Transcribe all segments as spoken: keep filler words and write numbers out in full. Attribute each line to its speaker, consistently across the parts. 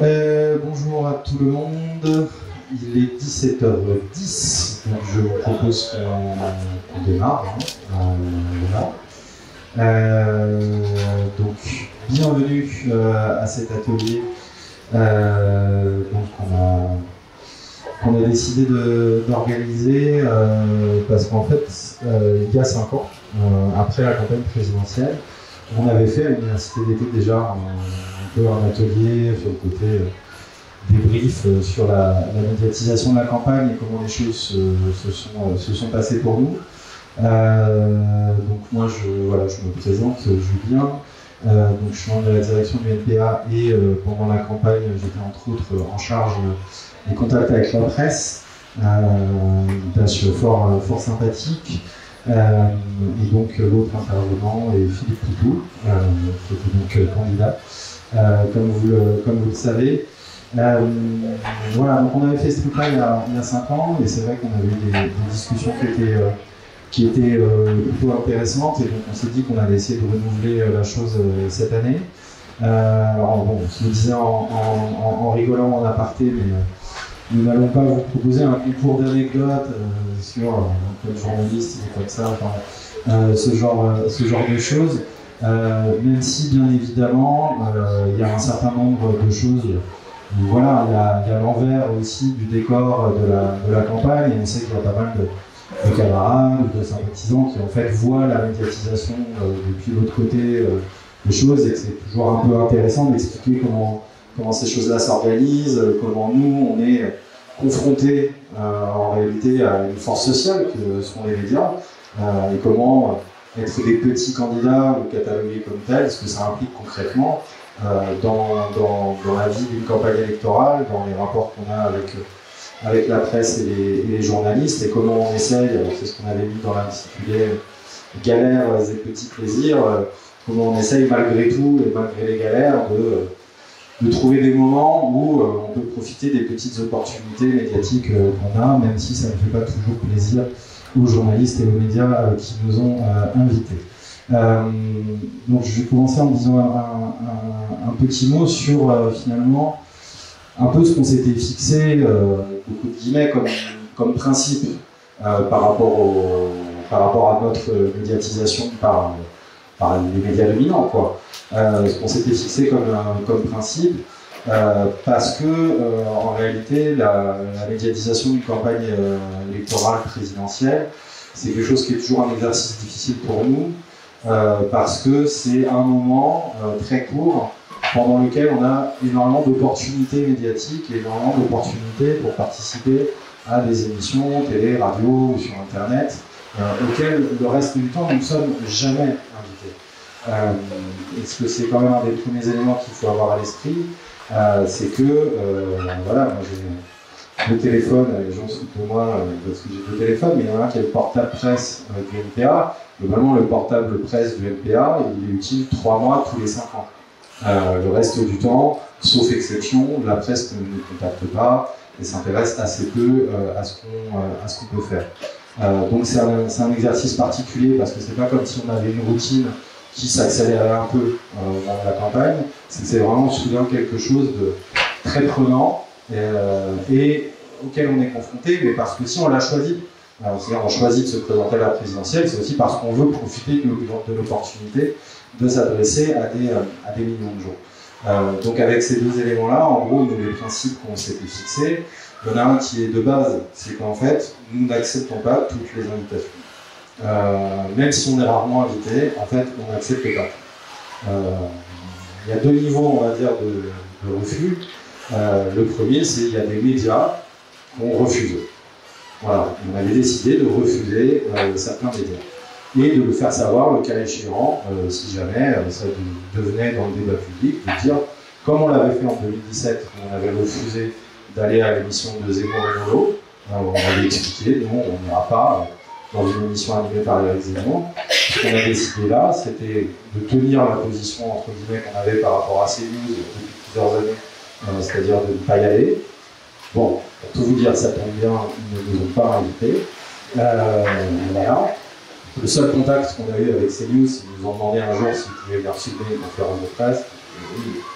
Speaker 1: Euh, bonjour à tout le monde, il est dix-sept heures dix, donc je vous propose qu'on qu'on démarre. Hein. Euh, voilà. euh, donc, bienvenue euh, à cet atelier euh, donc on a, qu'on a décidé d'organiser euh, parce qu'en fait, euh, il y a cinq ans, euh, après la campagne présidentielle, on avait fait à l'Université d'été déjà un, un peu un atelier sur le côté euh, débrief euh, sur la, la médiatisation de la campagne et comment les choses se, se, sont, euh, se sont passées pour nous. Euh, donc moi, je, voilà, je me présente, Julien. Euh, donc je suis membre de la direction du N P A et euh, pendant la campagne, j'étais entre autres en charge des contacts avec la presse, euh, une tâche fort, fort sympathique. Euh, et donc l'autre intervenant est Philippe Poutou, euh, qui était donc candidat, euh, comme, vous le, comme vous le savez. Euh, voilà, donc on avait fait ce truc-là il, il y a cinq ans, et c'est vrai qu'on avait eu des, des discussions qui étaient, euh, qui étaient euh, plutôt intéressantes, et donc on s'est dit qu'on allait essayer de renouveler euh, la chose euh, cette année. Euh, alors bon, je le disais en, en, en, en rigolant en aparté, mais euh, nous n'allons pas vous proposer un concours d'anecdotes euh, sur euh, un journaliste et comme ça, enfin, euh, ce, genre, euh, ce genre de choses, euh, même si bien évidemment euh, il y a un certain nombre de choses. Voilà, il y a, il y a l'envers aussi du décor de la, de la campagne, et on sait qu'il y a pas mal de, de camarades ou de sympathisants qui en fait voient la médiatisation euh, depuis l'autre côté euh, des choses, et que c'est toujours un peu intéressant d'expliquer comment, comment ces choses-là s'organisent, comment nous on est confrontés euh, en réalité à une force sociale que sont les médias, euh, et comment être des petits candidats ou catalogués comme tels, ce que ça implique concrètement. Euh, dans, dans, dans la vie d'une campagne électorale, dans les rapports qu'on a avec, avec la presse et les, et les journalistes, et comment on essaye, c'est ce qu'on avait mis dans l'intitulé galères et petits plaisirs, euh, comment on essaye malgré tout et malgré les galères de, de trouver des moments où euh, on peut profiter des petites opportunités médiatiques euh, qu'on a, même si ça ne fait pas toujours plaisir aux journalistes et aux médias euh, qui nous ont euh, invités. Euh, donc je vais commencer en disant un, un, un petit mot sur euh, finalement un peu ce qu'on s'était fixé, euh, beaucoup de guillemets, comme, comme principe euh, par, rapport au, par rapport à notre médiatisation par, par les médias dominants, quoi. Euh, ce qu'on s'était fixé comme, comme principe, euh, parce que euh, en réalité la, la médiatisation d'une campagne euh, électorale présidentielle, c'est quelque chose qui est toujours un exercice difficile pour nous. Euh, parce que c'est un moment euh, très court pendant lequel on a énormément d'opportunités médiatiques et énormément d'opportunités pour participer à des émissions télé, radio ou sur internet euh, auxquelles le reste du temps nous ne sommes jamais invités. Euh, et ce que c'est quand même un des premiers éléments qu'il faut avoir à l'esprit, euh, c'est que euh, voilà, moi j'ai deux téléphones, les gens se foutent de moi euh, parce que j'ai deux téléphones, mais il y en a un qui est le portable presse euh, du N P A. Globalement, le portable presse du N P A, il est utile trois mois tous les cinq ans. Euh, le reste du temps, sauf exception, la presse ne nous contacte pas et s'intéresse assez peu euh, à ce qu'on euh, à ce qu'on peut faire. Euh, donc c'est un, un exercice particulier parce que c'est pas comme si on avait une routine qui s'accélérait un peu euh, dans la campagne. C'est vraiment soudain quelque chose de très prenant euh, et auquel on est confronté, mais parce que si on l'a choisi. C'est-à-dire on choisit de se présenter à la présidentielle, c'est aussi parce qu'on veut profiter de, de l'opportunité de s'adresser à des, à des millions de gens. Euh, donc avec ces deux éléments-là, en gros, nous, les principes qu'on s'était fixés, il y en a un qui est de base, c'est qu'en fait, nous n'acceptons pas toutes les invitations. Euh, même si on est rarement invité, en fait, on n'accepte pas. Euh, il y a deux niveaux, on va dire, de, de refus. Euh, le premier, c'est qu'il y a des médias qu'on refuse. Voilà, on avait décidé de refuser euh, certains médias et de le faire savoir le cas échéant, euh, si jamais euh, ça devenait dans le débat public, de dire, comme on l'avait fait en deux mille dix-sept, on avait refusé d'aller à l'émission de Zemmour et Nolo, euh, on avait expliqué, non, on n'ira pas euh, dans une émission animée par Eric Zemmour. Ce qu'on a décidé là, c'était de tenir la position entre guillemets qu'on avait par rapport à CNews depuis plusieurs années, euh, c'est-à-dire de ne pas y aller. Bon, pour tout vous dire, ça tombe bien, ils ne nous ont pas invités. Euh, voilà. Le seul contact qu'on a eu avec CNews, ils nous ont demandé un jour s'ils pouvaient venir filmer une conférence de presse. Oui,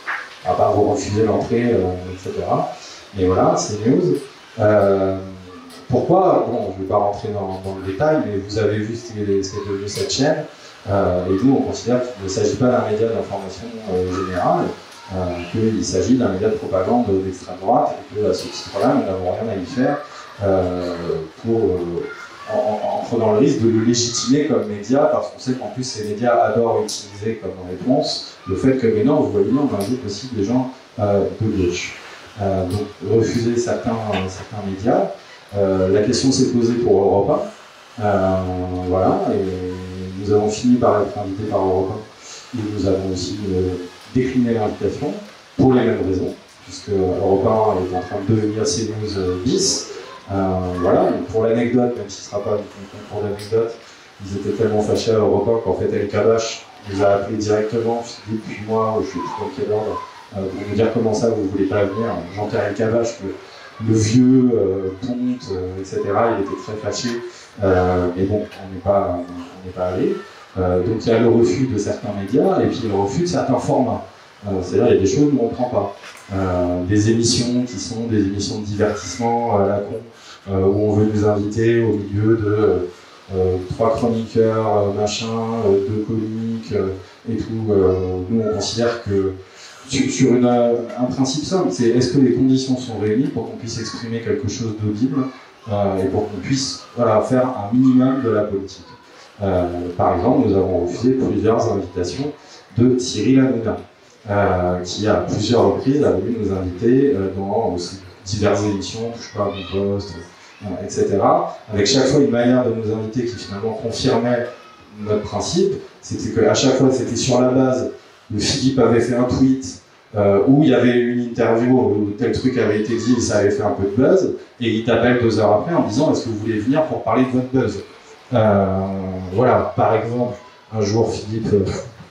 Speaker 1: à part vous refuser l'entrée, euh, et cetera. Mais voilà, c'est news. Euh, pourquoi? Bon, je ne vais pas rentrer dans, dans le détail, mais vous avez vu ce qu'est devenu cette chaîne. Euh, et nous, on considère qu'il ne s'agit pas d'un média d'information euh, générale, euh, qu'il s'agit d'un média de propagande d'extrême droite, et que à ce titre-là, nous n'avons rien à y faire euh, pour, euh, en, en prenant le risque de le légitimer comme média, parce qu'on sait qu'en plus ces médias adorent utiliser comme réponse le fait que, mais non, vous voyez, on invite aussi des gens euh, de gauche. Euh, donc, refuser certains, euh, certains médias. Euh, la question s'est posée pour Europe un. Euh, voilà, et nous avons fini par être invités par Europe un, et nous avons aussi euh, décliné l'invitation, pour les mêmes raisons, puisque Europe un est en train de devenir CNews bis. Euh, voilà, et pour l'anecdote, même si ce ne sera pas une concours d'anecdote, ils étaient tellement fâchés à Europe un qu'en fait, El Kabash nous a appelé directement, depuis moi, je suis dans quel ordre, euh, pour nous dire comment ça, vous ne voulez pas venir. Jean-Pierre El Kabash, le, le vieux, euh, Ponte, euh, et cetera, il était très fâché, euh, mais bon, on n'est pas, on n'est pas allé. Euh, donc il y a le refus de certains médias, et puis le refus de certains formats. Euh, C'est-à-dire, il y a des choses où on ne prend pas. Euh, des émissions qui sont des émissions de divertissement à la con, euh, où on veut nous inviter au milieu de euh, trois chroniqueurs, euh, machin, euh, deux comiques euh, et tout. Euh, nous, on considère que sur, sur une, un principe simple, c'est est-ce que les conditions sont réunies pour qu'on puisse exprimer quelque chose d'audible euh, et pour qu'on puisse voilà, faire un minimum de la politique. Euh, par exemple, nous avons refusé plusieurs invitations de Cyril Hanouna. Euh, qui à plusieurs reprises a voulu nous inviter euh, dans aussi diverses émissions, Touche pas à mon poste, euh, et cetera. Avec chaque fois une manière de nous inviter qui finalement confirmait notre principe, c'était qu'à chaque fois c'était sur la base de Philippe avait fait un tweet euh, où il y avait une interview où tel truc avait été dit et ça avait fait un peu de buzz, et il t'appelle deux heures après en disant est-ce que vous voulez venir pour parler de votre buzz. Euh, voilà, par exemple, un jour Philippe... Euh,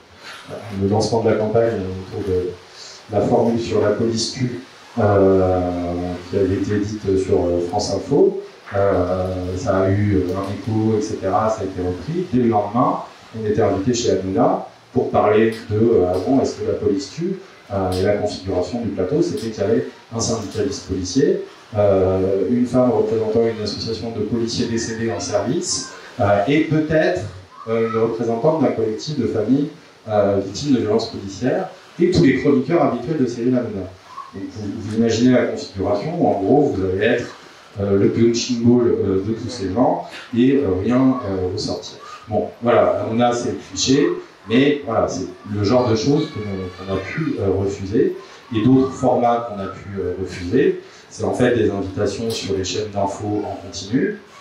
Speaker 1: le lancement de la campagne autour de la formule sur la police tue euh, qui avait été dite sur France Info. Euh, ça a eu un écho, et cetera. Ça a été repris. Dès le lendemain, on était invité chez Hanouna pour parler de euh, ah bon, est-ce que la police tue euh, et la configuration du plateau, c'était qu'il y avait un syndicaliste policier, euh, une femme représentant une association de policiers décédés en service euh, et peut-être euh, une représentante d'un collectif de familles Euh, victimes de violences policières, et tous les chroniqueurs habituels de Cyril Hanouna. Donc vous, vous imaginez la configuration où en gros vous allez être euh, le punching ball euh, de tous ces gens et euh, rien euh, ressortir. Bon, voilà, Hanouna c'est le cliché, mais voilà, c'est le genre de choses qu'on qu'on a pu euh, refuser, et d'autres formats qu'on a pu euh, refuser, c'est en fait des invitations sur les chaînes d'infos en continu,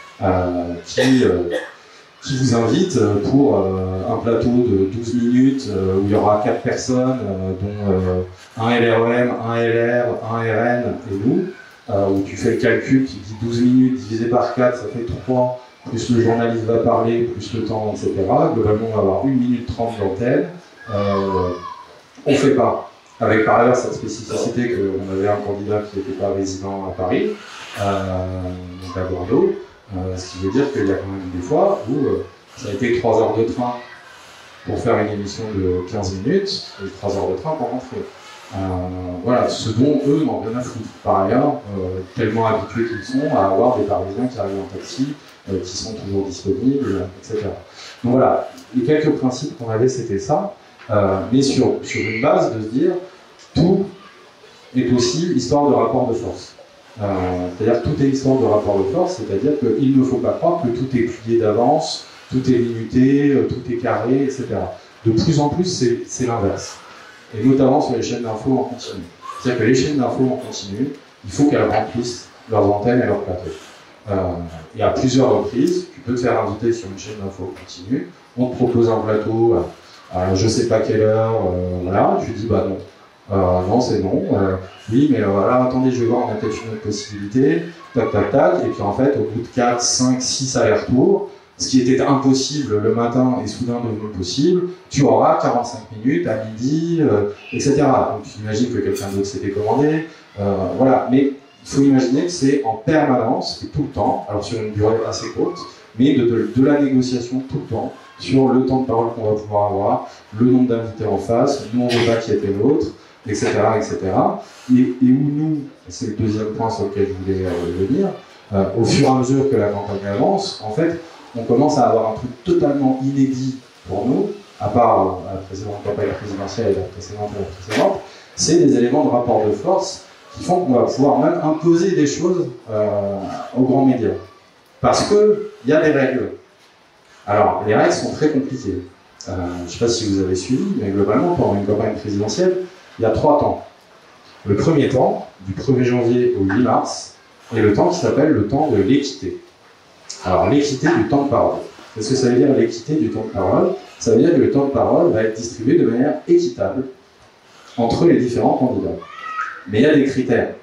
Speaker 1: euh, qui... Euh, qui vous invite pour euh, un plateau de douze minutes euh, où il y aura quatre personnes, euh, dont euh, un L R E M, un L R, un R N et nous, euh, où tu fais le calcul qui dit douze minutes divisé par quatre, ça fait trois, plus le journaliste va parler, plus le temps, et cetera. Globalement, on va avoir une minute trente d'antenne. Euh, on ne fait pas. Avec par ailleurs cette spécificité qu'on avait un candidat qui n'était pas résident à Paris, euh, donc à Bordeaux. Euh, ce qui veut dire qu'il y a quand même des fois où euh, ça a été trois heures de train pour faire une émission de quinze minutes et trois heures de train pour rentrer. Euh, voilà, ce dont eux n'ont rien à foutre. Par ailleurs, euh, tellement habitués qu'ils sont à avoir des Parisiens qui arrivent en taxi, euh, qui sont toujours disponibles, et cetera. Donc voilà, les quelques principes qu'on avait, c'était ça, euh, mais sur, sur une base de se dire tout est aussi histoire de rapport de force. Euh, c'est-à-dire que tout est histoire de rapport de force, c'est-à-dire qu'il ne faut pas croire que tout est plié d'avance, tout est minuté, tout est carré, et cetera. De plus en plus, c'est l'inverse. Et notamment sur les chaînes d'infos en continu. C'est-à-dire que les chaînes d'infos en continu, il faut qu'elles remplissent leurs antennes et leurs plateaux. Euh, et à plusieurs reprises, tu peux te faire inviter sur une chaîne d'infos continue, on te propose un plateau à, à je sais pas quelle heure, euh, voilà, tu dis bah non. Euh, non, c'est non. Euh, oui, mais euh, voilà, attendez, je vais voir, on a peut-être une autre possibilité. Tac, tac, tac. Et puis en fait, au bout de quatre, cinq, six allers-retours, ce qui était impossible le matin est soudain devenu possible, tu auras quarante-cinq minutes à midi, euh, et cetera. Donc tu imagines que quelqu'un d'autre s'était commandé. Euh, voilà. Mais il faut imaginer que c'est en permanence et tout le temps, alors sur une durée assez courte, mais de, de, de la négociation tout le temps, sur le temps de parole qu'on va pouvoir avoir, le nombre d'invités en face, nous on veut pas qu'il y ait l'autre. et cetera, et cetera. Et, et où nous, c'est le deuxième point sur lequel je voulais euh, venir, euh, au fur et à mesure que la campagne avance, en fait, on commence à avoir un truc totalement inédit pour nous, à part euh, la précédente campagne présidentielle et la précédente et la précédente, c'est des éléments de rapport de force qui font qu'on va pouvoir même imposer des choses euh, aux grands médias. Parce qu'il y a des règles. Alors, les règles sont très compliquées. Euh, je ne sais pas si vous avez suivi, mais globalement, pendant une campagne présidentielle, il y a trois temps. Le premier temps, du premier janvier au huit mars, est le temps qui s'appelle le temps de l'équité. Alors, l'équité du temps de parole. Qu'est-ce que ça veut dire, l'équité du temps de parole? Ça veut dire que le temps de parole va être distribué de manière équitable entre les différents candidats. Mais il y a des critères.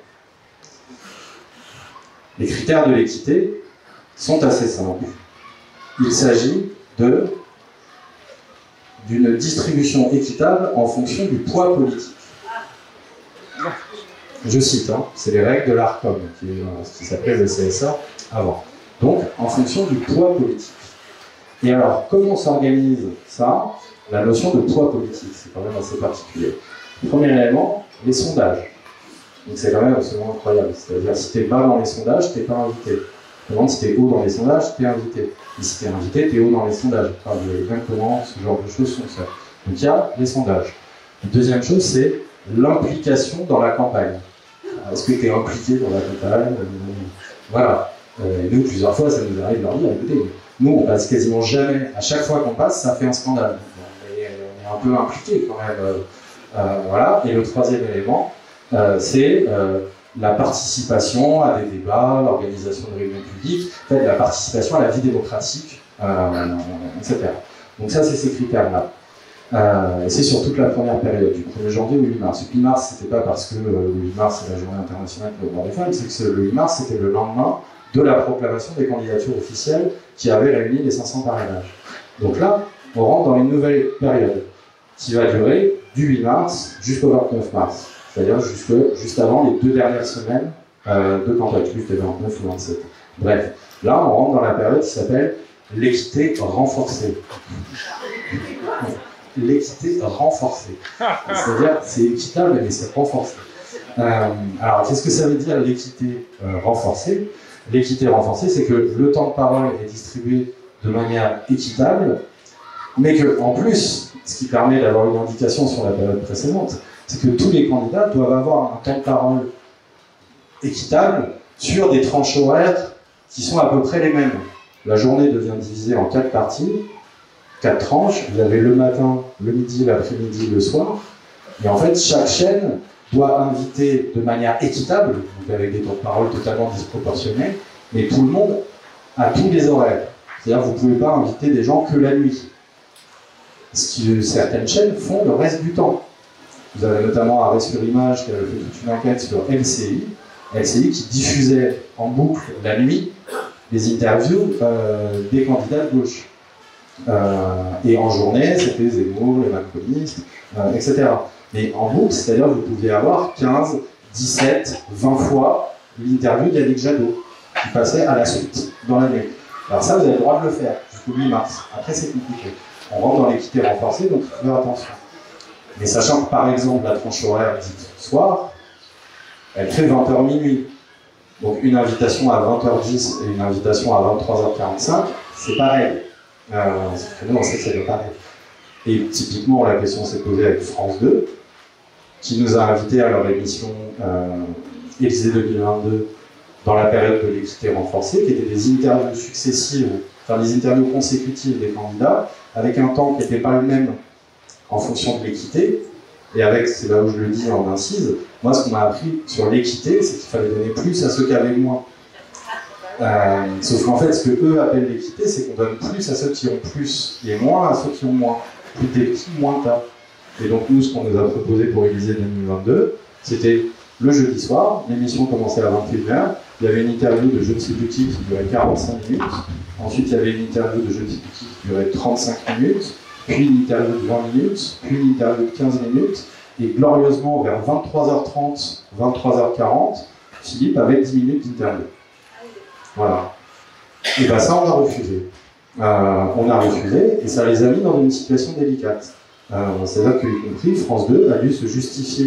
Speaker 1: Les critères de l'équité sont assez simples. Il s'agit de d'une distribution équitable en fonction du poids politique. Je cite, hein, c'est les règles de l'ARCOM, qui, qui s'appelait le C S A avant. Donc, en fonction du poids politique. Et alors, comment s'organise ça? La notion de poids politique, c'est quand même assez particulier. Premier élément, les sondages. Donc c'est quand même absolument incroyable. C'est-à-dire, si t'es bas dans les sondages, t'es pas invité. Par si t'es haut dans les sondages, t'es invité. Et si t'es invité, t'es haut dans les sondages. Enfin, vous voyez bien comment ce genre de choses sont faites. Donc il y a les sondages. La deuxième chose, c'est l'implication dans la campagne. Est-ce que t'es impliqué dans la campagne? Voilà. Euh, nous, plusieurs fois, ça nous arrive de leur dire, écoutez, nous, on passe quasiment jamais. À chaque fois qu'on passe, ça fait un scandale. On est, on est un peu impliqué quand même. Euh, euh, voilà. Et le troisième élément, euh, c'est euh, la participation à des débats, l'organisation de réunions publiques, en fait, la participation à la vie démocratique, euh, et cetera. Donc ça, c'est ces critères-là. Euh, et c'est sur toute la première période, du premier janvier au huit mars. Le huit mars, c'était pas parce que euh, le huit mars, c'est la journée internationale pour le droit des femmes, c'est que le huit mars, c'était le lendemain de la proclamation des candidatures officielles qui avaient réuni les cinq cents parrainages. Donc là, on rentre dans une nouvelle période qui va durer du huit mars jusqu'au vingt-neuf mars. C'est-à-dire juste avant les deux dernières semaines euh, de campagne, plus de vingt-neuf ou vingt-sept. Bref, là, on rentre dans la période qui s'appelle l'équité renforcée. L'équité renforcée. C'est-à-dire, c'est équitable, mais c'est renforcé. Euh, alors, qu'est-ce que ça veut dire l'équité euh, renforcée? L'équité renforcée, c'est que le temps de parole est distribué de manière équitable, mais que, en plus, ce qui permet d'avoir une indication sur la période précédente, c'est que tous les candidats doivent avoir un temps de parole équitable sur des tranches horaires qui sont à peu près les mêmes. La journée devient divisée en quatre parties, quatre tranches. Vous avez le matin, le midi, l'après-midi, le soir. Et en fait, chaque chaîne doit inviter de manière équitable, donc avec des temps de parole totalement disproportionnés, mais tout le monde à tous les horaires. C'est-à-dire que vous ne pouvez pas inviter des gens que la nuit. Ce que certaines chaînes font le reste du temps. Vous avez notamment Arrêt sur Image qui avait fait toute une enquête sur L C I, L C I qui diffusait en boucle la nuit les interviews euh, des candidats de gauche. Euh, et en journée, c'était Zemmour, les macronistes, euh, et cetera. Mais en boucle, c'est-à-dire que vous pouviez avoir quinze, dix-sept, vingt fois l'interview d'Yannick Jadot qui passait à la suite dans la nuit. Alors ça, vous avez le droit de le faire jusqu'au huit mars. Après, c'est compliqué. On rentre dans l'équité renforcée, donc il faut faire attention. Mais sachant que, par exemple, la tranche horaire dite soir, elle fait vingt heures minuit. Donc une invitation à vingt heures dix et une invitation à vingt-trois heures quarante-cinq, c'est pareil. Euh, nous, on sait que c'est pareil. Et typiquement, la question s'est posée avec France deux, qui nous a invités à leur émission euh, Élysée deux mille vingt-deux dans la période de l'équité renforcée, qui étaient des interviews successives, enfin des interviews consécutives des candidats, avec un temps qui n'était pas le même en fonction de l'équité, et avec, c'est là où je le dis en incise, moi ce qu'on m'a appris sur l'équité, c'est qu'il fallait donner plus à ceux qui avaient moins. Euh, sauf qu'en fait, ce que eux appellent l'équité, c'est qu'on donne plus à ceux qui ont plus, et moins à ceux qui ont moins. Plus t'es petit, moins t'as. Et donc nous, ce qu'on nous a proposé pour Élysée deux mille vingt-deux, c'était le jeudi soir, l'émission commençait à vingt et une heures, il y avait une interview de je ne sais plus qui qui durait quarante-cinq minutes, ensuite il y avait une interview de je ne sais plus qui qui durait trente-cinq minutes, puis une interview de vingt minutes, puis une interview de quinze minutes, et glorieusement, vers vingt-trois heures trente, vingt-trois heures quarante, Philippe avait dix minutes d'interview. Voilà. Et bien ça, on a refusé. Euh, on a refusé, et ça les a mis dans une situation délicate. Euh, C'est-à-dire qu'y compris, France deux a dû se justifier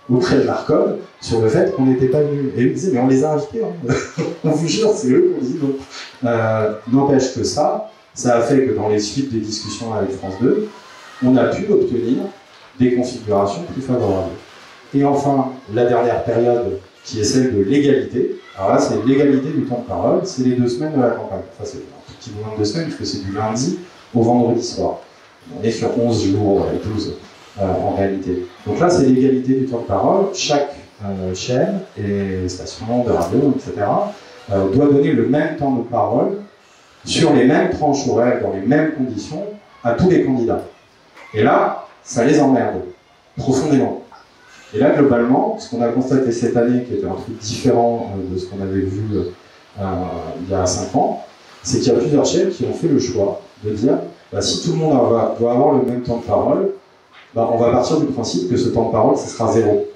Speaker 1: auprès de l'Arcom sur le fait qu'on n'était pas venus. Et ils disaient, mais on les a invités, hein. On vous jure, c'est eux qu'on dit non. Euh, N'empêche que ça, ça a fait que dans les suites des discussions avec France deux, on a pu obtenir des configurations plus favorables. Et enfin, la dernière période, qui est celle de l'égalité. Alors là, c'est l'égalité du temps de parole, c'est les deux semaines de la campagne. Enfin, c'est un tout petit moment de deux semaines, puisque c'est du lundi au vendredi soir. On est sur onze jours, douze euh, en réalité. Donc là, c'est l'égalité du temps de parole. Chaque euh, chaîne et station de radio, et cetera, euh, doit donner le même temps de parole sur les mêmes tranches horaires, dans les mêmes conditions, à tous les candidats. Et là, ça les emmerde, profondément. Et là, globalement, ce qu'on a constaté cette année, qui était un truc différent euh, de ce qu'on avait vu euh, il y a cinq ans, c'est qu'il y a plusieurs chaînes qui ont fait le choix de dire, bah, si tout le monde va, doit avoir le même temps de parole, bah, on va partir du principe que ce temps de parole, ce sera zéro.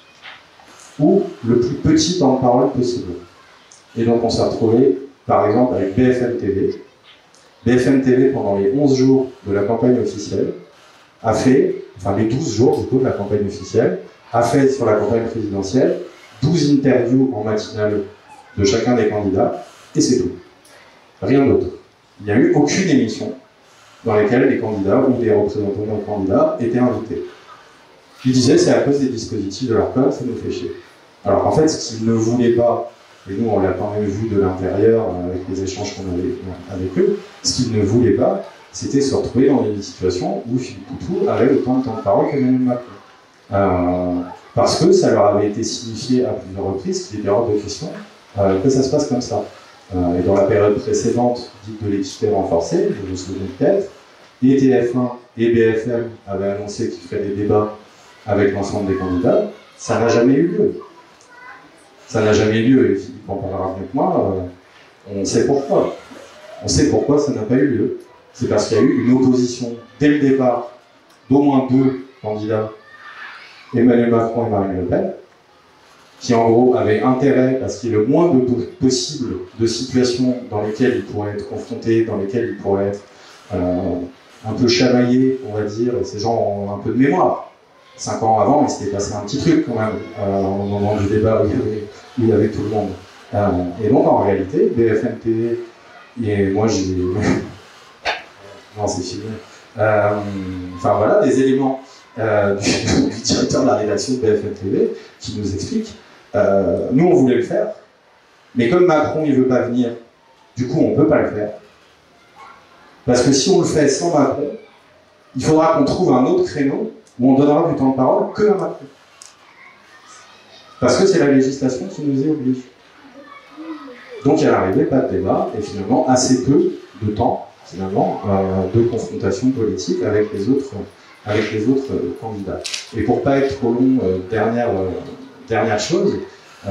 Speaker 1: Ou le plus petit temps de parole possible. Et donc on s'est retrouvé, par exemple, avec B F M T V. B F M T V, pendant les onze jours de la campagne officielle, a fait, enfin les douze jours du coup de la campagne officielle, a fait sur la campagne présidentielle douze interviews en matinale de chacun des candidats, et c'est tout. Rien d'autre. Il n'y a eu aucune émission dans laquelle les candidats ou des représentants de candidats étaient invités. Ils disaient c'est à cause des dispositifs de leur club, ça nous fait chier. Alors en fait, ce qu'ils ne voulaient pas, et nous on l'a quand même vu de l'intérieur avec les échanges qu'on avait avec eux, ce qu'ils ne voulaient pas, c'était se retrouver dans une situation où Philippe Poutou avait autant de temps de parole qu'Emmanuel Macron. Euh, parce que ça leur avait été signifié à plusieurs reprises qu'il était hors de question euh, que ça se passe comme ça. Euh, et dans la période précédente, dite de l'équité renforcée, je vous souviens peut-être, et T F un et B F M avaient annoncé qu'ils feraient des débats avec l'ensemble des candidats, ça n'a jamais eu lieu. Ça n'a jamais eu lieu, et Philippe en parlera mieux que moi, euh, on sait pourquoi. On sait pourquoi ça n'a pas eu lieu. C'est parce qu'il y a eu une opposition, dès le départ, d'au moins deux candidats, Emmanuel Macron et Marine Le Pen, qui en gros avaient intérêt à ce qu'il y ait le moins de possible de situations dans lesquelles ils pourraient être confrontés, dans lesquelles ils pourraient être euh, un peu chamaillés, on va dire, et ces gens ont un peu de mémoire. Cinq ans avant, il s'était passé un petit truc quand même, euh, au moment du débat où il y avait, où il y avait tout le monde. Euh, et donc en réalité, B F M T V, et moi j'ai... non, c'est fini. Euh, enfin voilà, des éléments euh, du, du directeur de la rédaction de B F M T V qui nous explique euh, nous on voulait le faire, mais comme Macron il veut pas venir, du coup on peut pas le faire. Parce que si on le fait sans Macron, il faudra qu'on trouve un autre créneau où on donnera du temps de parole que à Macron. Parce que c'est la législation qui nous y oblige. Donc il y a l'arrivée, pas de débat, et finalement assez peu de temps, finalement, euh, de confrontation politique avec les autres, avec les autres euh, candidats. Et pour pas être trop long, euh, dernière, euh, dernière chose, euh,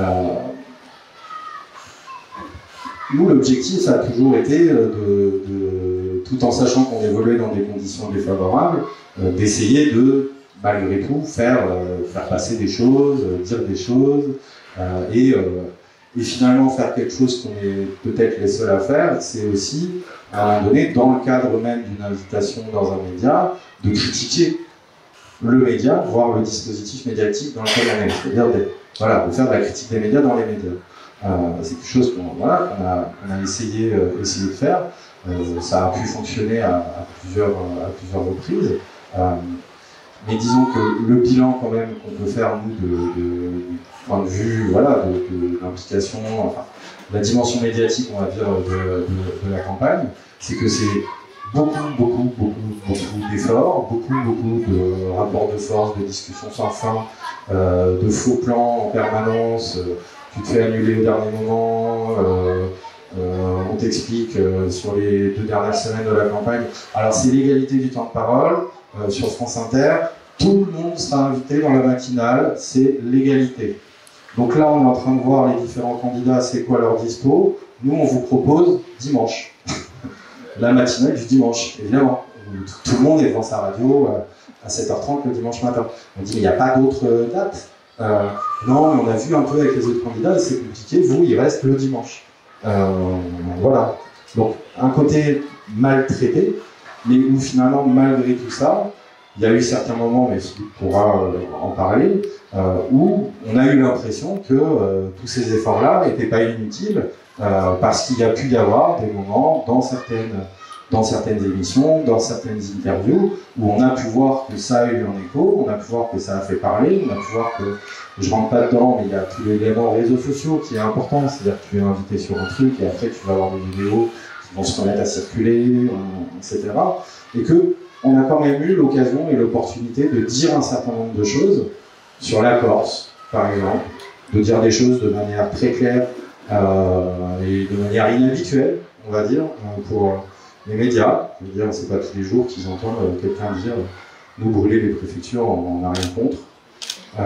Speaker 1: nous l'objectif ça a toujours été euh, de, de, tout en sachant qu'on évoluait dans des conditions défavorables, euh, d'essayer de, malgré tout, faire, euh, faire passer des choses, euh, dire des choses, euh, et, euh, et finalement faire quelque chose qu'on est peut-être les seuls à faire, c'est aussi, à un moment donné, dans le cadre même d'une invitation dans un média, de critiquer le média, voire le dispositif médiatique dans lequel on est. C'est-à-dire de, voilà, de faire de la critique des médias dans les médias. Euh, c'est quelque chose qu'on voilà, qu'on a, qu'on a essayé, euh, essayé de faire. Euh, ça a pu fonctionner à, à, plusieurs, à plusieurs reprises. Euh, mais disons que le bilan quand même qu'on peut faire, nous, de, de, du point de vue voilà, de, de l'implication, enfin, la dimension médiatique, on va dire, de, de, de la campagne, c'est que c'est beaucoup, beaucoup, beaucoup, beaucoup d'efforts, beaucoup, beaucoup de rapports de force, de discussions sans fin, euh, de faux plans en permanence, euh, tu te fais annuler au dernier moment, euh, euh, on t'explique euh, sur les deux dernières semaines de la campagne. Alors c'est l'égalité du temps de parole euh, sur France Inter, tout le monde sera invité dans la matinale, c'est l'égalité. Donc là on est en train de voir les différents candidats, c'est quoi leur dispo. Nous on vous propose dimanche. La matinale du dimanche, évidemment. Tout le monde est devant sa radio à sept heures trente le dimanche matin. On dit, mais il n'y a pas d'autre date. Euh, non, mais on a vu un peu avec les autres candidats, c'est compliqué, vous, il reste le dimanche. Euh, voilà. Donc, un côté maltraité, mais où finalement, malgré tout ça, il y a eu certains moments, mais Philippe pourra euh, en parler, euh, où on a eu l'impression que euh, tous ces efforts-là n'étaient pas inutiles, euh, parce qu'il y a pu y avoir des moments dans certaines, dans certaines émissions, dans certaines interviews, où on a pu voir que ça a eu un écho, on a pu voir que ça a fait parler, on a pu voir que, je rentre pas dedans, mais il y a tout l'élément réseaux sociaux qui est important, c'est-à-dire que tu es invité sur un truc et après tu vas avoir des vidéos qui vont se remettre à circuler, et cetera. Et que on a quand même eu l'occasion et l'opportunité de dire un certain nombre de choses sur la Corse, par exemple, de dire des choses de manière très claire euh, et de manière inhabituelle, on va dire, pour les médias. Je veux dire, c'est pas tous les jours qu'ils entendent quelqu'un dire « nous brûler les préfectures, on n'a rien contre ». Euh,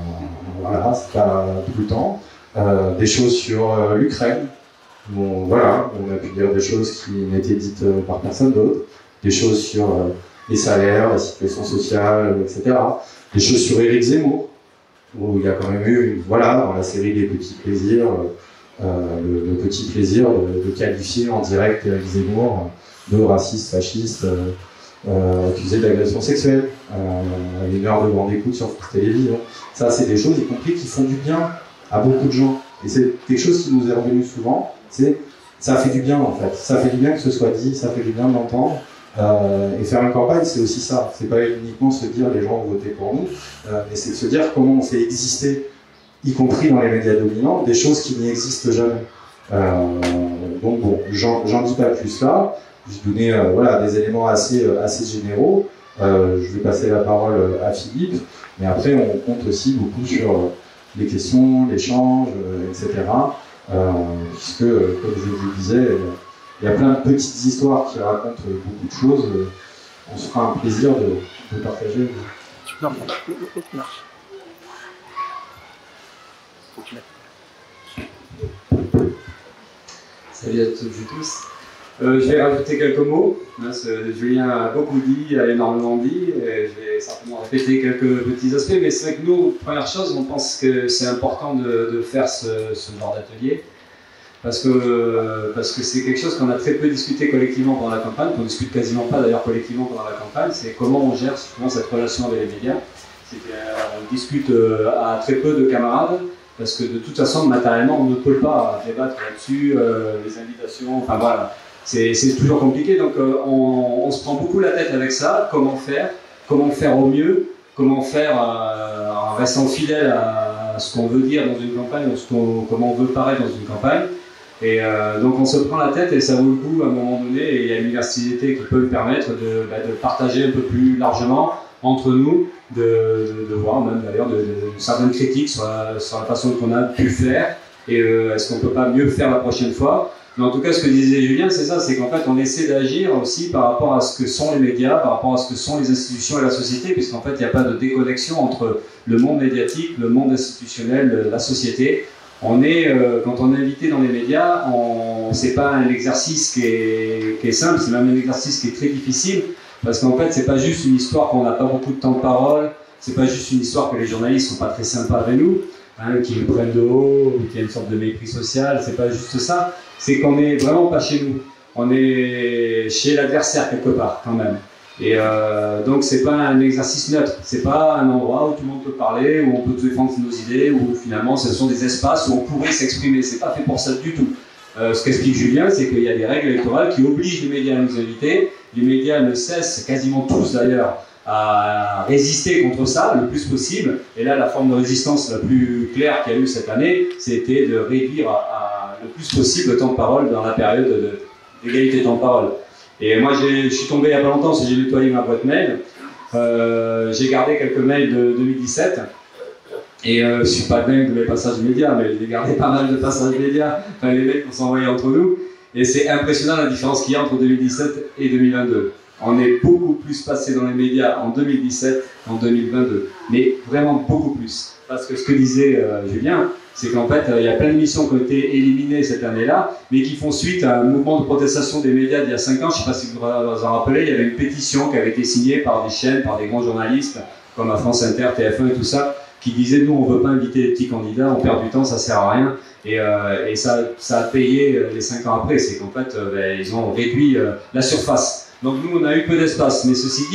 Speaker 1: voilà, c'est pas tout le temps. Euh, des choses sur euh, l'Ukraine. Bon, voilà, on a pu dire des choses qui n'étaient dites euh, par personne d'autre. Des choses sur euh, les salaires, la situation sociale, et cetera. Des choses sur Éric Zemmour, où il y a quand même eu, voilà, dans la série Les Petits Plaisirs, euh, le, le petit plaisir de, de qualifier en direct Éric Zemmour de raciste, fasciste, euh, euh, accusé d'agression sexuelle, euh, à une heure de grande écoute sur France Télévisions. Ça, c'est des choses, y compris, qui font du bien à beaucoup de gens. Et c'est quelque chose qui nous est revenu souvent, c'est ça fait du bien, en fait. Ça fait du bien que ce soit dit, ça fait du bien de l'entendre. Euh, et faire une campagne, c'est aussi ça. C'est pas uniquement se dire les gens ont voté pour nous, euh, mais c'est de se dire comment on fait exister, y compris dans les médias dominants, des choses qui n'y existent jamais. Euh, donc bon, j'en dis pas plus là. Je vais donner euh, voilà, des éléments assez, euh, assez généraux. Euh, je vais passer la parole à Philippe, mais après on compte aussi beaucoup sur euh, les questions, l'échange, euh, et cetera. Euh, puisque, euh, comme je vous le disais, il y a plein de petites histoires qui racontent beaucoup de choses. On se fera un plaisir de, de partager.
Speaker 2: Non, l'autre marche.
Speaker 3: Salut à toutes et tous. Euh, je vais rajouter quelques mots. Hein, ce, Julien a beaucoup dit, a énormément dit. Et je vais certainement répéter quelques petits aspects. Mais c'est vrai que nous, première chose, on pense que c'est important de, de faire ce, ce genre d'atelier. Parce que parce que c'est quelque chose qu'on a très peu discuté collectivement pendant la campagne, qu'on discute quasiment pas d'ailleurs collectivement pendant la campagne, c'est comment on gère justement cette relation avec les médias. On discute à très peu de camarades, parce que de toute façon, matériellement, on ne peut pas débattre là-dessus, euh, les invitations, enfin voilà, c'est toujours compliqué, donc euh, on, on se prend beaucoup la tête avec ça, comment faire, comment faire au mieux, comment faire euh, en restant fidèle à ce qu'on veut dire dans une campagne, ou ce qu'on, comment on veut paraître dans une campagne. Et euh, donc on se prend la tête et ça vaut le coup à un moment donné, et il y a l'université qui peut permettre de, bah, de partager un peu plus largement entre nous, de, de, de voir même d'ailleurs de, de, de certaines critiques sur la, sur la façon qu'on a pu faire, et euh, est-ce qu'on ne peut pas mieux faire la prochaine fois. Mais en tout cas, ce que disait Julien, c'est ça, c'est qu'en fait on essaie d'agir aussi par rapport à ce que sont les médias, par rapport à ce que sont les institutions et la société, puisqu'en fait il n'y a pas de déconnexion entre le monde médiatique, le monde institutionnel, la société. On est, euh, quand on est invité dans les médias, c'est pas un exercice qui est, qui est simple, c'est même un exercice qui est très difficile, parce qu'en fait, c'est pas juste une histoire qu'on n'a pas beaucoup de temps de parole, c'est pas juste une histoire que les journalistes sont pas très sympas avec nous, hein, qui nous prennent de haut, ou qu'il y a une sorte de mépris social, c'est pas juste ça, c'est qu'on est vraiment pas chez nous, on est chez l'adversaire quelque part, quand même. Et euh, donc c'est pas un exercice neutre, c'est pas un endroit où tout le monde peut parler, où on peut défendre nos idées, où finalement ce sont des espaces où on pourrait s'exprimer, c'est pas fait pour ça du tout. Euh, ce qu'explique Julien, c'est qu'il y a des règles électorales qui obligent les médias à nous inviter, les médias ne cessent, quasiment tous d'ailleurs, à résister contre ça le plus possible, et là la forme de résistance la plus claire qu'il y a eu cette année, c'était de réduire à, à le plus possible le temps de parole dans la période d'égalité de temps de parole. Et moi, je suis tombé il n'y a pas longtemps parce que j'ai nettoyé ma boîte mail. Euh, j'ai gardé quelques mails de deux mille dix-sept. Et euh, je ne suis pas dingue de mes passages médias, mais j'ai gardé pas mal de passages médias, enfin les mails qu'on s'envoyait entre nous. Et c'est impressionnant la différence qu'il y a entre deux mille dix-sept et deux mille vingt-deux. On est beaucoup plus passé dans les médias en deux mille dix-sept qu'en deux mille vingt-deux. Mais vraiment beaucoup plus. Parce que ce que disait euh, Julien, c'est qu'en fait, il euh, y a plein d'émissions qui ont été éliminées cette année-là, mais qui font suite à un mouvement de protestation des médias d'il y a cinq ans. Je ne sais pas si vous vous en rappelez, il y avait une pétition qui avait été signée par des chaînes, par des grands journalistes, comme à France Inter, T F un et tout ça, qui disaient « Nous, on ne veut pas inviter les petits candidats, on perd du temps, ça ne sert à rien ». Et, euh, et ça, ça a payé euh, les cinq ans après, c'est qu'en fait, euh, ben, ils ont réduit euh, la surface. Donc nous, on a eu peu d'espace, mais ceci dit,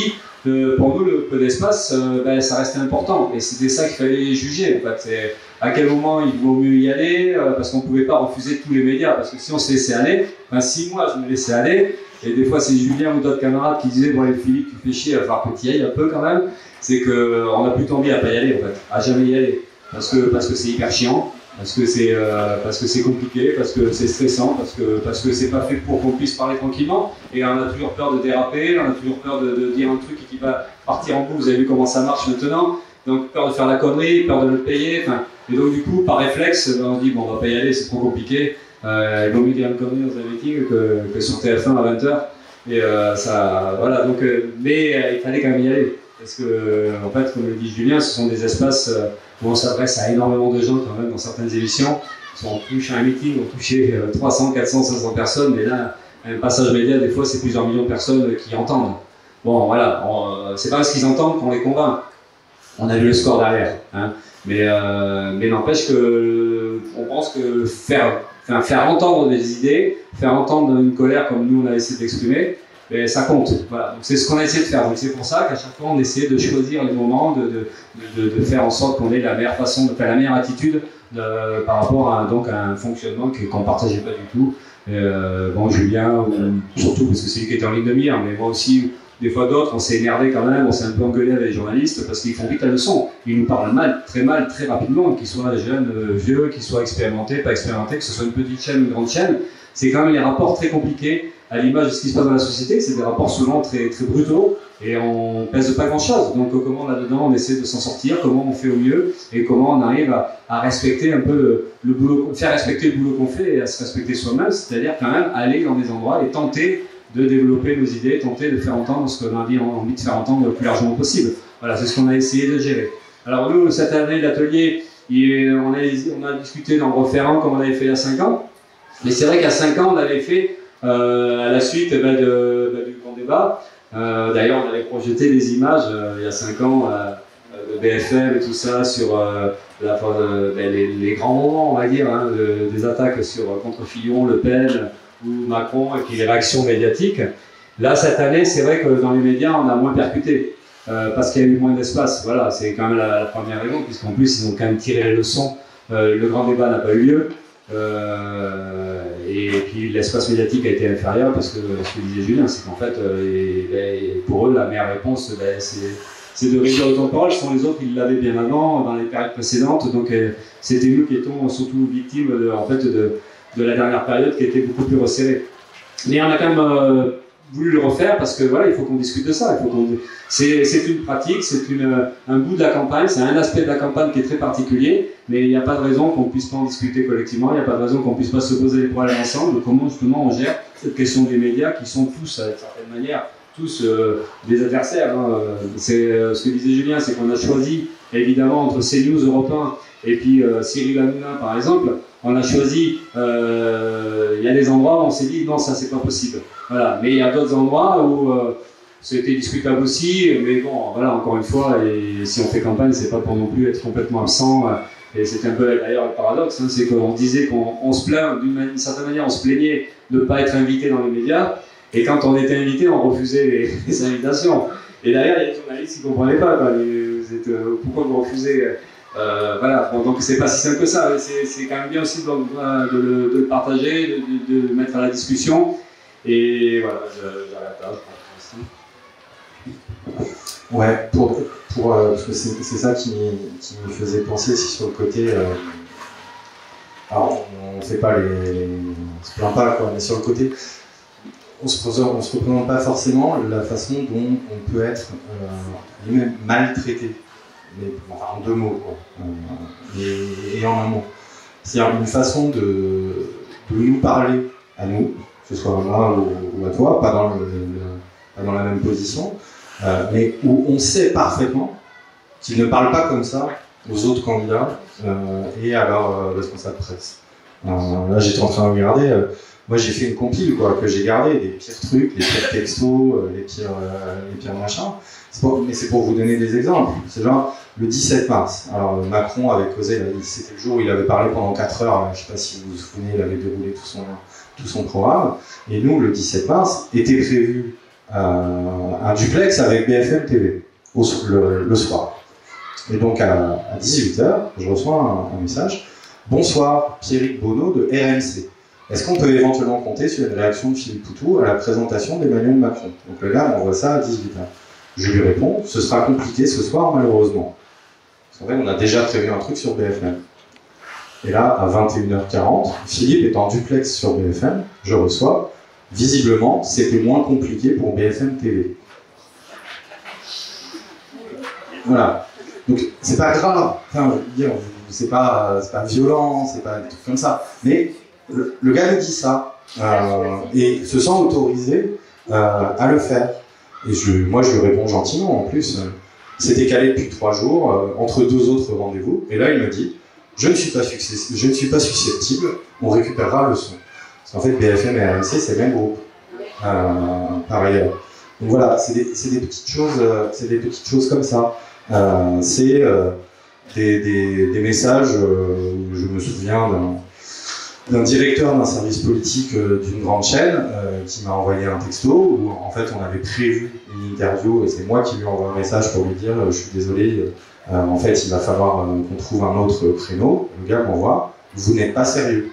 Speaker 3: le, pour nous, le peu d'espace, euh, ben, ça restait important. Et c'était ça qu'il fallait juger. En fait. C'est à quel moment il vaut mieux y aller, euh, parce qu'on ne pouvait pas refuser tous les médias. Parce que si on se laissait aller, enfin, six mois, je me laissais aller. Et des fois, c'est Julien ou d'autres camarades qui disaient, bon, les Philippe, tu fais chier, il va falloir que tu y ailles un peu quand même. C'est qu'on n'a plus envie à pas y aller, en fait, à jamais y aller. Parce que parce que c'est hyper chiant. Parce que c'est euh, parce que c'est compliqué, parce que c'est stressant, parce que parce que c'est pas fait pour qu'on puisse parler tranquillement. Et on a toujours peur de déraper, on a toujours peur de, de dire un truc qui va partir en bout. Vous avez vu comment ça marche maintenant. Donc peur de faire la connerie, peur de le payer. Enfin, et donc du coup, par réflexe, on se dit bon, on va pas y aller, c'est trop compliqué. Euh, il vaut mieux dire une connerie dans un meeting que, que sur T F un à vingt heures. Et euh, ça, voilà. Donc, euh, mais euh, il fallait quand même y aller. Parce que, euh, en fait, comme le dit Julien, ce sont des espaces euh, où on s'adresse à énormément de gens quand même dans certaines émissions. Si on touche à un meeting, on touchait euh, trois cents, quatre cents, cinq cents personnes, mais là, un passage média, des fois, c'est plusieurs millions de personnes qui entendent. Bon, voilà, euh, c'est pas parce qu'ils entendent qu'on les convainc. On a vu le score derrière, hein. Mais, euh, mais n'empêche que on pense que faire, enfin, faire entendre des idées, faire entendre une colère comme nous on a essayé d'exprimer, mais ça compte. Voilà. Donc c'est ce qu'on a essayé de faire. Donc c'est pour ça qu'à chaque fois on essaie de choisir les moments, de, de, de, de faire en sorte qu'on ait la meilleure façon, de faire la meilleure attitude de, par rapport à, donc, à un fonctionnement qu'on ne partageait pas du tout. Et, euh, bon, Julien, ou, surtout parce que c'est lui qui était en ligne de mire, mais moi aussi, des fois d'autres, on s'est énervé quand même, on s'est un peu engueulé avec les journalistes parce qu'ils font vite la leçon. Ils nous parlent mal, très mal, très rapidement, qu'ils soient jeunes, vieux, qu'ils soient expérimentés, pas expérimentés, que ce soit une petite chaîne ou une grande chaîne. C'est quand même les rapports très compliqués à l'image de ce qui se passe dans la société. C'est des rapports souvent très, très brutaux et on pèse pas grand chose. Donc comment là-dedans on essaie de s'en sortir, comment on fait au mieux et comment on arrive à, à respecter un peu le, le boulot, faire respecter le boulot qu'on fait et à se respecter soi-même, c'est-à-dire quand même aller dans des endroits et tenter de développer nos idées, tenter de faire entendre ce qu'on a envie de faire entendre le plus largement possible. Voilà, c'est ce qu'on a essayé de gérer. Alors nous, cette année, l'atelier, on a, on a discuté d'en refaire un comme on avait fait il y a cinq ans. Mais c'est vrai qu'à cinq ans, on avait fait, euh, à la suite bah, de, bah, du grand débat, euh, d'ailleurs on avait projeté des images euh, il y a cinq ans euh, de B F M et tout ça sur euh, la, euh, les, les grands moments, on va dire, hein, de, des attaques sur, contre Fillon, Le Pen ou Macron et puis les réactions médiatiques. Là, cette année, c'est vrai que dans les médias, on a moins percuté. Euh, parce qu'il y a eu moins d'espace. Voilà, c'est quand même la, la première raison, puisqu'en plus, ils ont quand même tiré les leçons. Euh, le grand débat n'a pas eu lieu. Euh, et puis l'espace médiatique a été inférieur parce que ce que disait Julien, c'est qu'en fait, euh, et, et pour eux, la meilleure réponse, ben, c'est de réduire le temps de parole. Ce sont les autres qui l'avaient bien avant, dans les périodes précédentes. Donc, euh, c'était nous qui étions surtout victimes de, en fait, de, de la dernière période qui était beaucoup plus resserrée. Mais on a quand même euh, voulu le refaire parce que voilà, il faut qu'on discute de ça. C'est une pratique, c'est un bout de la campagne, c'est un aspect de la campagne qui est très particulier, mais il n'y a pas de raison qu'on ne puisse pas en discuter collectivement, il n'y a pas de raison qu'on ne puisse pas se poser les problèmes ensemble, comment justement on gère cette question des médias qui sont tous, d'une certaine manière, tous euh, des adversaires. Hein. C'est euh, ce que disait Julien, c'est qu'on a choisi, évidemment, entre CNews, Europe un et puis euh, Cyril Hanouna, par exemple, on a choisi, euh, il y a des endroits où on s'est dit non, ça c'est pas possible. Voilà. Mais il y a d'autres endroits où euh, c'était discutable aussi, mais bon, voilà, encore une fois, et si on fait campagne, c'est pas pour non plus être complètement absent. Et c'est un peu d'ailleurs le paradoxe, hein, c'est qu'on disait qu'on se plaint, d'une certaine manière, on se plaignait de ne pas être invité dans les médias, et quand on était invité, on refusait les, les invitations. Et derrière, il y a des journalistes qui ne comprenaient pas, quoi. Vous êtes, euh, pourquoi vous refusez euh, voilà, bon, donc c'est pas si simple que ça, c'est quand même bien aussi de, de, le, de le partager, de, de, de mettre à la discussion, et voilà, j'arrête là.
Speaker 1: Ouais, pour, pour, euh, parce que c'est ça qui, qui me faisait penser aussi sur le côté. Euh, alors, on ne fait pas les, les. On se plaint pas, quoi, mais sur le côté, on se, on se représente pas forcément la façon dont on peut être euh, même maltraité. Mais, enfin, en deux mots, quoi. Euh, et, et en un mot. C'est-à-dire une façon de, de nous parler à nous, que ce soit à moi ou, ou à toi, pas dans, le, le, pas dans la même position. Euh, mais où on sait parfaitement qu'ils ne parlent pas comme ça aux autres candidats euh, et à leurs euh, responsables presse. Euh, là, j'étais en train de regarder, euh, moi j'ai fait une compile quoi, que j'ai gardé, des pires trucs, les pires textos, euh, les, pires, euh, les pires machins. Pour, mais c'est pour vous donner des exemples. C'est genre le dix-sept mars. Alors Macron avait causé, c'était le jour où il avait parlé pendant quatre heures, je ne sais pas si vous vous souvenez, il avait déroulé tout son, tout son programme. Et nous, le dix-sept mars, était prévu euh, un duplex avec B F M T V au, le, le soir. Et donc à, à dix-huit heures, je reçois un, un message. Bonsoir, Pierrick Bonneau de R M C. Est-ce qu'on peut éventuellement compter sur une réaction de Philippe Poutou à la présentation d'Emmanuel Macron? Donc le gars m'envoie ça à dix-huit heures. Je lui réponds, ce sera compliqué ce soir malheureusement. Parce qu'en fait, on a déjà prévu un truc sur B F M. Et là, à vingt et une heures quarante, Philippe est en duplex sur B F M, je reçois. Visiblement, c'était moins compliqué pour B F M T V. Voilà. Donc, c'est pas grave. Enfin, je veux dire, c'est pas, c'est pas violent, c'est pas des trucs comme ça. Mais le, le gars nous dit ça euh, et se sent autorisé euh, à le faire. Et je, moi, je lui réponds gentiment. En plus, euh, c'était calé depuis trois jours euh, entre deux autres rendez-vous. Et là, il me dit, je ne suis pas, je ne suis pas susceptible. On récupérera le son. Parce qu'en fait, B F M et R M C, c'est le même groupe. Euh, pareil. Donc voilà, c'est des, des petites choses, euh, c'est des petites choses comme ça. Euh, c'est euh, des, des, des messages. Euh, je me souviens d'un d'un directeur d'un service politique euh, d'une grande chaîne euh, qui m'a envoyé un texto où en fait on avait prévu une interview et c'est moi qui lui envoie un message pour lui dire euh, je suis désolé, euh, en fait il va falloir euh, qu'on trouve un autre créneau. Le gars m'envoie, vous n'êtes pas sérieux.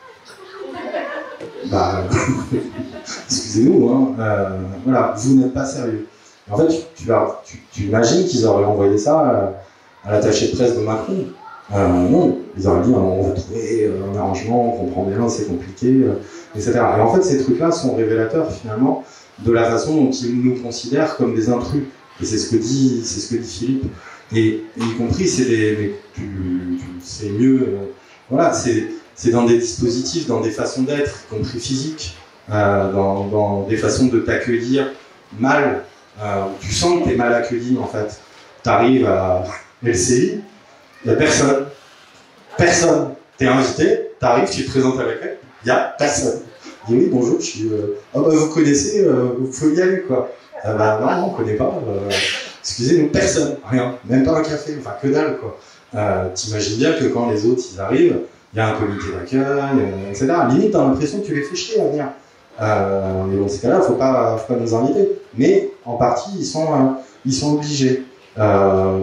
Speaker 1: Bah, excusez-nous, hein, euh, voilà, vous n'êtes pas sérieux. En fait, tu, tu, tu, tu imagines qu'ils auraient envoyé ça à l'attaché de presse de Macron. Euh, non, ils auraient dit on va trouver un arrangement, on comprend bien, c'est compliqué, euh, et cetera. Et en fait, ces trucs-là sont révélateurs finalement de la façon dont ils nous considèrent comme des intrus. Et c'est ce que dit, c'est ce que dit Philippe. Et, et y compris, c'est des, c'est mieux, euh, voilà, c'est dans des dispositifs, dans des façons d'être, y compris physiques, euh, dans, dans des façons de t'accueillir mal, euh, où tu sens que t'es mal accueilli en fait. T'arrives à L C I. Il n'y a personne. Personne. T'es invité, t'arrives, tu te présentes avec elle, il n'y a personne. Il dit oui, bonjour, je suis. Euh... Ah bah vous connaissez, euh, vous pouvez y aller quoi. Ah bah non, on ne connaît pas. Euh... Excusez-nous, personne, rien, même pas un café, enfin que dalle quoi. Euh, T'imagines bien que quand les autres ils arrivent, il y a un comité d'accueil, euh, et cetera. Limite, t'as l'impression que tu les fais chier à venir. Euh, mais dans ces cas-là, faut pas, faut pas nous inviter. Mais en partie, ils sont, euh, ils sont obligés. Euh,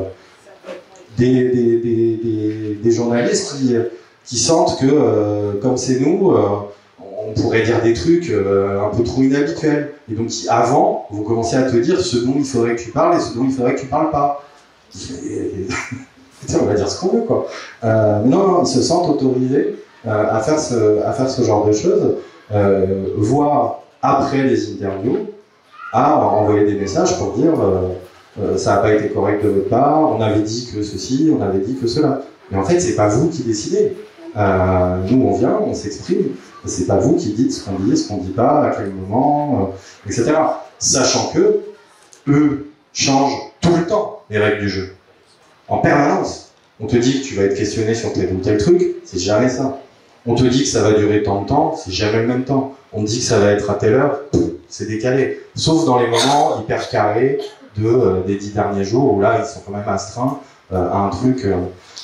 Speaker 1: Des, des, des, des, des journalistes qui, qui sentent que, euh, comme c'est nous, euh, on pourrait dire des trucs euh, un peu trop inhabituels. Et donc, qui, avant, vous commencez à te dire ce dont il faudrait que tu parles et ce dont il faudrait que tu parles pas. Et, et, on va dire ce qu'on veut, quoi. Euh, mais non, non, ils se sentent autorisés euh, à, faire ce, à faire ce genre de choses, euh, voire après les interviews, à envoyer des messages pour dire... Euh, Euh, ça n'a pas été correct de votre part, on avait dit que ceci, on avait dit que cela. Mais en fait, c'est pas vous qui décidez. Euh, nous, on vient, on s'exprime, c'est pas vous qui dites ce qu'on dit, ce qu'on dit pas, à quel moment, euh, et cetera. Sachant que eux changent tout le temps les règles du jeu. En permanence. On te dit que tu vas être questionné sur tel ou tel truc, c'est jamais ça. On te dit que ça va durer tant de temps, c'est jamais le même temps. On te dit que ça va être à telle heure, c'est décalé. Sauf dans les moments hyper carrés, De, euh, des dix derniers jours où là ils sont quand même astreints euh, à un truc, euh,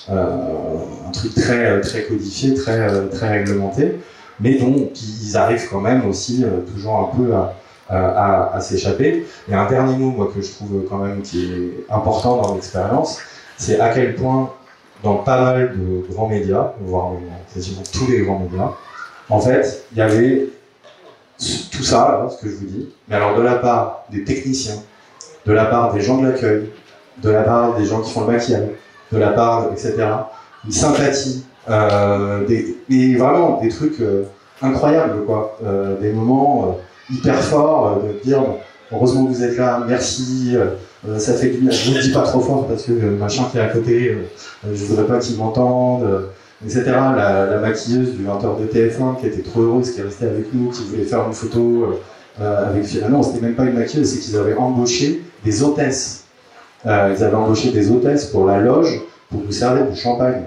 Speaker 1: euh, un truc très, très codifié, très, euh, très réglementé, mais dont ils arrivent quand même aussi euh, toujours un peu à, à, à s'échapper. Et un dernier mot moi, que je trouve quand même qui est important dans l'expérience, c'est à quel point dans pas mal de grands médias, voire quasiment tous les grands médias, en fait il y avait tout ça, là, ce que je vous dis, mais alors de la part des techniciens, de la part des gens de l'accueil, de la part des gens qui font le maquillage, de la part, et cetera. Une sympathie, euh, des, mais vraiment des trucs euh, incroyables, quoi. Euh, des moments euh, hyper forts, euh, de dire heureusement que vous êtes là, merci, euh, ça fait du bien. Je ne le dis pas trop fort parce que le machin qui est à côté, euh, je voudrais pas qu'il m'entende, euh, et cetera. La, la maquilleuse du vingt heures de T F un qui était trop heureuse, qui est restée avec nous, qui voulait faire une photo. Euh, Euh, avec... Ah non, c'était même pas une maquilleuse, c'est qu'ils avaient embauché des hôtesses. Euh, ils avaient embauché des hôtesses pour la loge, pour nous servir du champagne.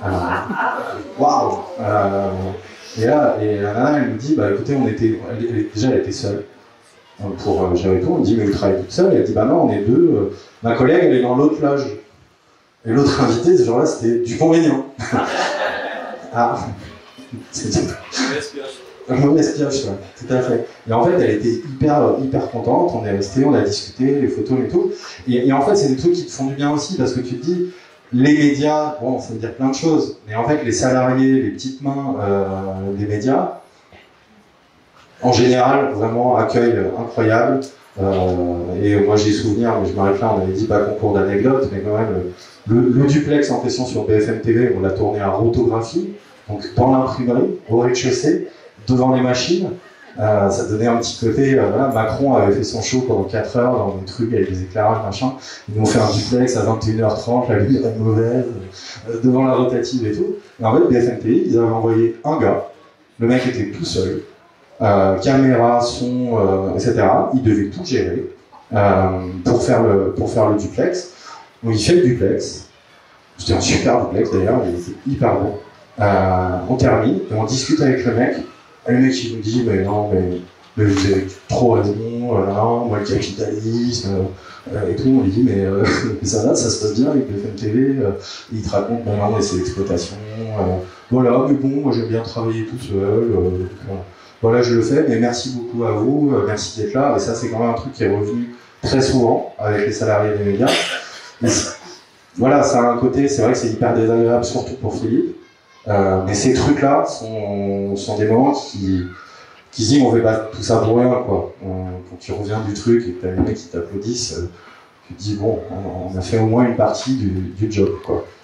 Speaker 1: Waouh wow. euh, Et là, et la nana, elle nous dit, bah écoutez, on était, elle, elle, déjà elle était seule pour euh, gérer tout. On dit, mais vous travaillez toute seule. Elle dit, bah non, on est deux. Euh, ma collègue, elle est dans l'autre loge. Et l'autre invité, ce jour-là, c'était Dupont-Aignan. Ah, c'est Mauvaise pioche, ouais, tout à fait. Et en fait, elle était hyper, hyper contente, on est resté, on a discuté, les photos et tout. Et, et en fait, c'est des trucs qui te font du bien aussi, parce que tu te dis, les médias, bon, ça veut dire plein de choses, mais en fait, les salariés, les petites mains euh, des médias, en général, vraiment, accueil incroyable. Euh, et moi, j'ai souvenir, mais je m'arrête là, on avait dit pas concours d'anecdotes, mais quand même, le, le duplex en question sur B F M T V, on l'a tourné à Rotographie, donc dans l'imprimerie, au rez-de-chaussée, devant les machines. Euh, ça donnait un petit côté, euh, voilà, Macron avait fait son show pendant quatre heures dans des trucs avec des éclairages, machin. Ils nous ont fait un duplex à vingt et une heures trente, la lumière est mauvaise, euh, devant la rotative et tout. Et en fait, B F M T V, ils avaient envoyé un gars, le mec était tout seul, euh, caméra, son, euh, et cetera. Il devait tout gérer euh, pour, faire le, pour faire le duplex. Donc il fait le duplex, c'était un super duplex d'ailleurs, il était hyper bon. Euh, on termine, et on discute avec le mec. Et le mec il nous dit mais non mais, mais vous avez trop raison, voilà, moi le capitalisme euh, et tout. On lui dit mais euh, ça va, ça se passe bien avec le F M T V. Euh, il te raconte ben non mais c'est l'exploitation. Euh, voilà, mais bon moi j'aime bien travailler tout seul. Euh, donc, euh, voilà je le fais, mais merci beaucoup à vous, euh, merci d'être là. Et ça c'est quand même un truc qui est revenu très souvent avec les salariés des médias. Et voilà, ça a un côté, c'est vrai que c'est hyper désagréable, surtout pour Philippe. Euh, mais ces trucs-là sont, sont des moments qui, qui se disent on fait pas tout ça pour rien, quoi. Euh, quand tu reviens du truc et que t'as les mecs qui t'applaudissent, euh, tu te dis bon, on, on a fait au moins une partie du, du job, quoi.